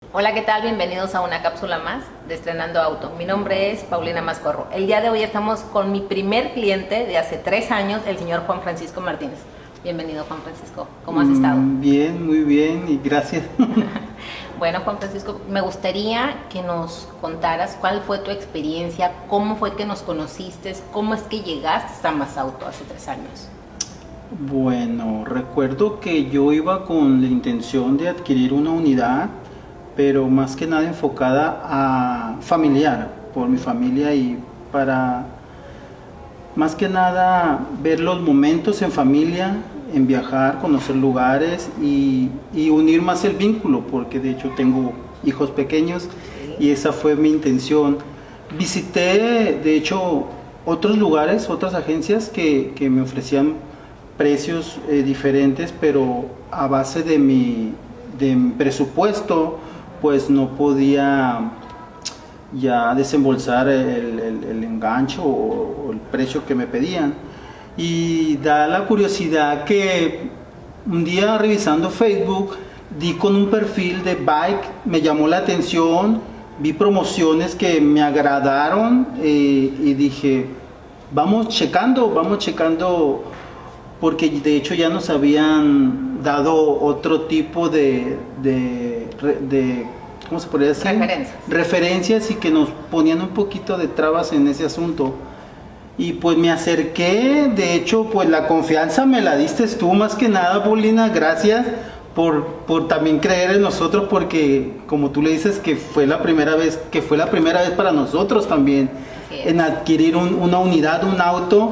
Hola, ¿qué tal? Bienvenidos a una cápsula más de Estrenando Auto. Mi nombre es Paulina Mascorro. El día de hoy estamos con mi primer cliente de hace 3 años, el señor Juan Francisco Martínez. Bienvenido, Juan Francisco. ¿Cómo has estado? Bien, muy bien y gracias. Bueno, Juan Francisco, me gustaría que nos contaras cuál fue tu experiencia, cómo fue que nos conociste, cómo es que llegaste a Más Auto hace 3 años. Bueno, recuerdo que yo iba con la intención de adquirir una unidad, pero más que nada enfocada a familiar, por mi familia y para más que nada ver los momentos en familia, en viajar, conocer lugares y unir más el vínculo, porque de hecho tengo hijos pequeños y esa fue mi intención. Visité de hecho otros lugares, otras agencias que me ofrecían precios diferentes, pero a base de mi presupuesto pues no podía ya desembolsar el enganche o el precio que me pedían. Y da la curiosidad que un día revisando Facebook di con un perfil de bike, me llamó la atención, vi promociones que me agradaron y dije, vamos checando, porque de hecho ya nos habían dado otro tipo de ¿cómo se podría decir? Referencias y que nos ponían un poquito de trabas en ese asunto. Y pues me acerqué, de hecho pues la confianza me la diste tú más que nada, Paulina, gracias por también creer en nosotros, porque como tú le dices que fue la primera vez para nosotros también en adquirir una unidad, un auto.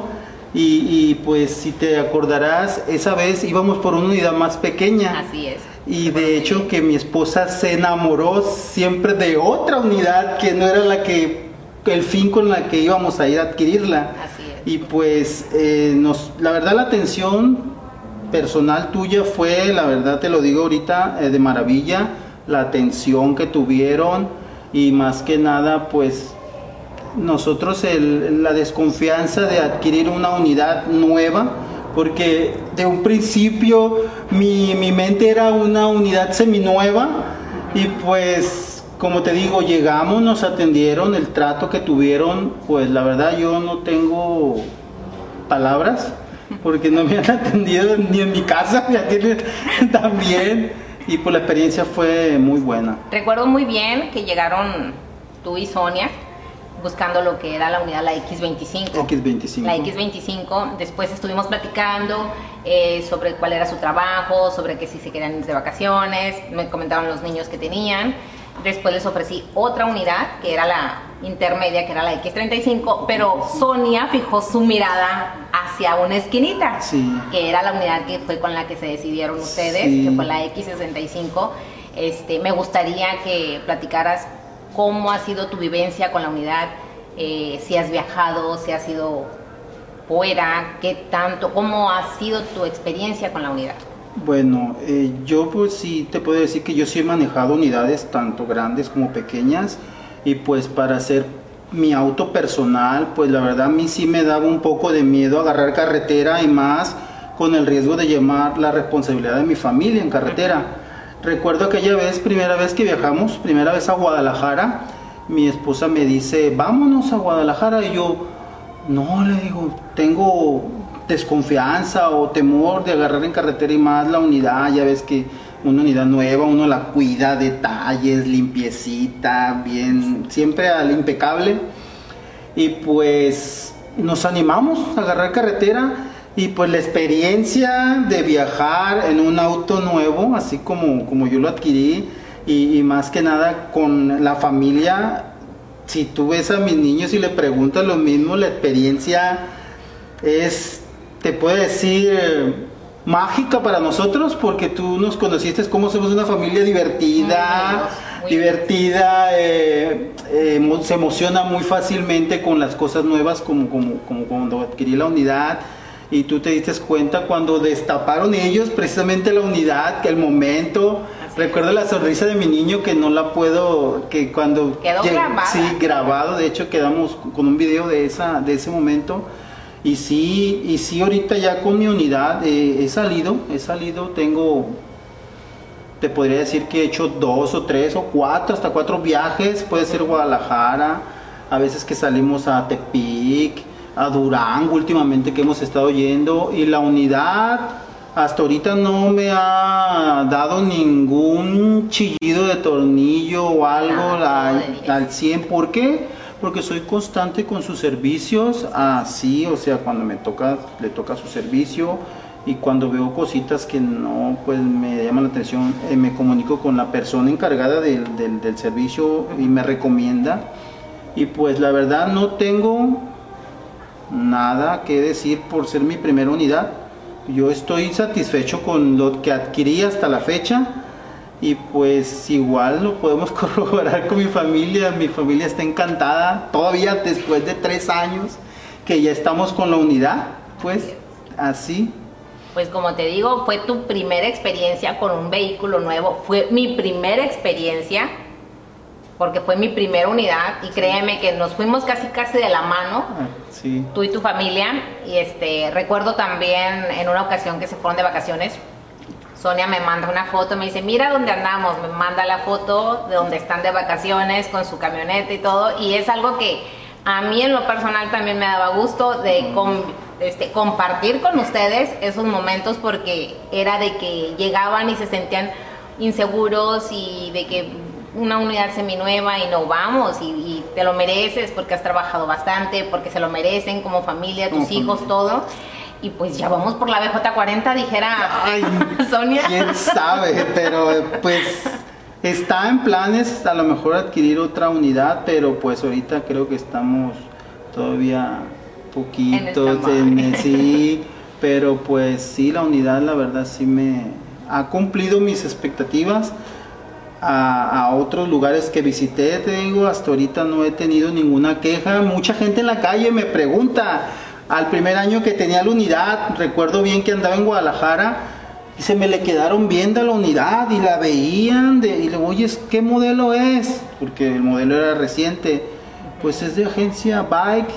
Y pues si te acordarás, esa vez íbamos por una unidad más pequeña. Así es. Y de hecho que mi esposa se enamoró siempre de otra unidad que no era el fin con la que íbamos a ir a adquirirla. Así es. Y pues la verdad la atención personal tuya fue, la verdad te lo digo ahorita, de maravilla, la atención que tuvieron y más que nada pues nosotros la desconfianza de adquirir una unidad nueva, porque de un principio mi mente era una unidad seminueva y pues como te digo, llegamos, nos atendieron, el trato que tuvieron, pues la verdad yo no tengo palabras porque no me han atendido ni en mi casa, me atienden también y pues la experiencia fue muy buena. Recuerdo muy bien que llegaron tú y Sonia buscando lo que era la unidad, la X25. La X25, después estuvimos platicando sobre cuál era su trabajo, sobre que si se querían ir de vacaciones, me comentaron los niños que tenían. Después les ofrecí otra unidad, que era la intermedia, que era la X35, pero Sonia fijó su mirada hacia una esquinita, que era la unidad que fue con la que se decidieron ustedes, que fue la X65. Me gustaría que platicaras cómo ha sido tu vivencia con la unidad, si has viajado, si has ido fuera, qué tanto, cómo ha sido tu experiencia con la unidad. Bueno, yo pues sí te puedo decir que yo sí he manejado unidades tanto grandes como pequeñas y pues para hacer mi auto personal, pues la verdad a mí sí me daba un poco de miedo agarrar carretera y más con el riesgo de llevar la responsabilidad de mi familia en carretera. Recuerdo aquella vez, primera vez que viajamos, primera vez a Guadalajara, mi esposa me dice, vámonos a Guadalajara, y yo, no, le digo, tengo desconfianza o temor de agarrar en carretera y más la unidad, ya ves que una unidad nueva, uno la cuida, detalles, limpiecita, bien, siempre al impecable, y pues nos animamos a agarrar carretera. Y pues la experiencia de viajar en un auto nuevo, así como yo lo adquirí, y más que nada con la familia, si tú ves a mis niños y le preguntas lo mismo, la experiencia es, te puedo decir, mágica para nosotros, porque tú nos conociste como somos una familia divertida, se emociona muy fácilmente con las cosas nuevas, como cuando adquirí la unidad. Y tú te diste cuenta cuando destaparon ellos precisamente la unidad, que el momento, recuerdo la sonrisa de mi niño que no la puedo, que cuando quedó grabada. Sí, grabado, de hecho quedamos con un video de ese momento. Y sí ahorita ya con mi unidad he salido, tengo te podría decir que he hecho 2 o 3 o 4, hasta 4 viajes, puede ser Guadalajara, a veces que salimos a Tepic, a Durango últimamente que hemos estado yendo, y la unidad hasta ahorita no me ha dado ningún chillido de tornillo o algo al 100. ¿Por qué? Porque soy constante con sus servicios, así, o sea, cuando le toca su servicio, y cuando veo cositas que no, pues me llaman la atención, me comunico con la persona encargada del servicio y me recomienda. Y pues la verdad no tengo nada que decir por ser mi primera unidad. Yo estoy satisfecho con lo que adquirí hasta la fecha, y pues igual lo podemos corroborar con mi familia está encantada, todavía después de 3 años que ya estamos con la unidad, pues así. Pues como te digo, fue tu primera experiencia con un vehículo nuevo, fue mi primera experiencia, porque fue mi primera unidad, y créeme que nos fuimos casi de la mano, sí, tú y tu familia. Y recuerdo también en una ocasión que se fueron de vacaciones, Sonia me manda una foto, me dice, mira dónde andamos, me manda la foto de donde están de vacaciones con su camioneta y todo, y es algo que a mí en lo personal también me daba gusto de compartir con ustedes esos momentos, porque era de que llegaban y se sentían inseguros, y de que una unidad seminueva y no vamos, y te lo mereces porque has trabajado bastante, porque se lo merecen como familia, tus hijos, todo. Y pues ya vamos por la BJ40, dijera Sonia. Quién sabe, pero pues está en planes a lo mejor adquirir otra unidad, pero pues ahorita creo que estamos todavía poquitos sí, pero pues sí, la unidad la verdad sí me ha cumplido mis expectativas. A otros lugares que visité, te digo, hasta ahorita no he tenido ninguna queja. Mucha gente en la calle me pregunta, al primer año que tenía la unidad, recuerdo bien que andaba en Guadalajara y se me le quedaron viendo la unidad y la veían, y le digo, oye, ¿qué modelo es? Porque el modelo era reciente. Pues es de agencia Bike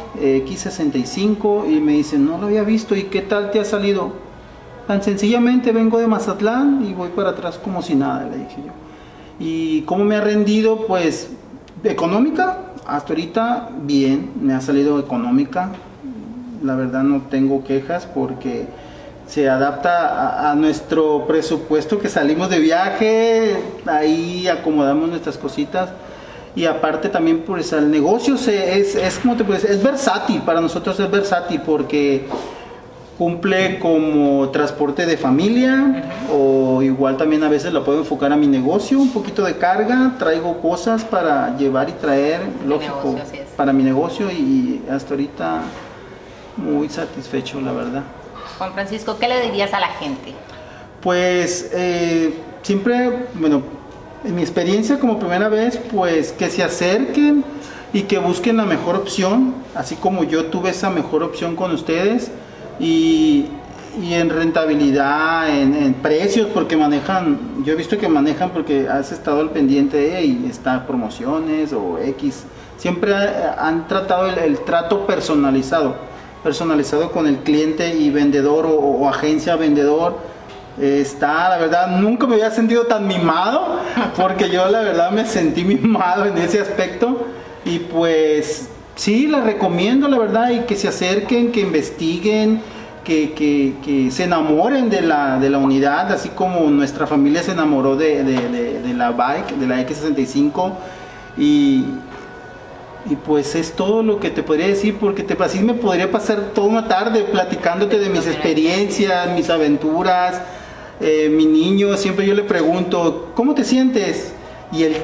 X65, y me dicen, no lo había visto, ¿y qué tal te ha salido? Tan sencillamente vengo de Mazatlán y voy para atrás como si nada, le dije yo. ¿Y cómo me ha rendido? Pues económica, hasta ahorita bien, me ha salido económica, la verdad no tengo quejas porque se adapta a nuestro presupuesto, que salimos de viaje, ahí acomodamos nuestras cositas, y aparte también pues el negocio es como te puedes, es versátil, para nosotros es versátil porque cumple como transporte de familia, o igual también a veces la puedo enfocar a mi negocio, un poquito de carga, traigo cosas para llevar y traer, lógico, para mi negocio, y hasta ahorita muy satisfecho, la verdad. Juan Francisco, ¿qué le dirías a la gente? Pues siempre, bueno, en mi experiencia como primera vez, pues que se acerquen y que busquen la mejor opción, así como yo tuve esa mejor opción con ustedes. Y en rentabilidad, en precios, porque manejan, yo he visto que manejan porque has estado al pendiente y está promociones o X, siempre han tratado el trato personalizado con el cliente y vendedor o agencia vendedor. La verdad, nunca me había sentido tan mimado, porque yo la verdad me sentí mimado en ese aspecto, y pues sí, la recomiendo, la verdad, y que se acerquen, que investiguen, que se enamoren de la unidad, así como nuestra familia se enamoró de la Bike, de la X65, y pues es todo lo que te podría decir, porque así me podría pasar toda una tarde platicándote de mis experiencias, mis aventuras. Mi niño, siempre yo le pregunto, ¿cómo te sientes? Y él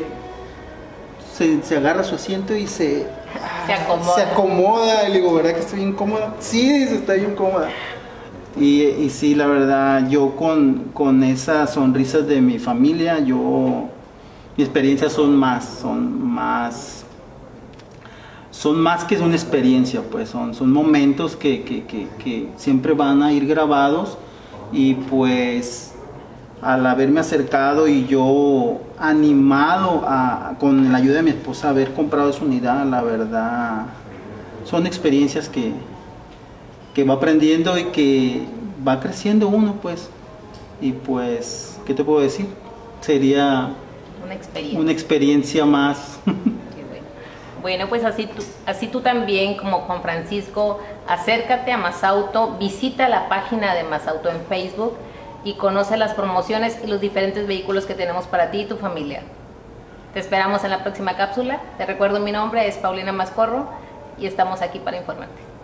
se agarra su asiento y se acomoda, y le digo, ¿verdad que estoy incómoda? Sí, dice, está bien cómoda. Y sí, la verdad, yo con esas sonrisas de mi familia, mi experiencia son más que una experiencia, pues son momentos que siempre van a ir grabados, y pues al haberme acercado y yo animado con la ayuda de mi esposa a haber comprado esa unidad, la verdad son experiencias que va aprendiendo y que va creciendo uno, pues, y pues, ¿qué te puedo decir? sería una experiencia más. Qué bueno. Bueno, pues así tú también, como Juan Francisco, acércate a Masauto, visita la página de Masauto en Facebook y conoce las promociones y los diferentes vehículos que tenemos para ti y tu familia. Te esperamos en la próxima cápsula. Te recuerdo, mi nombre es Paulina Mascorro y estamos aquí para informarte.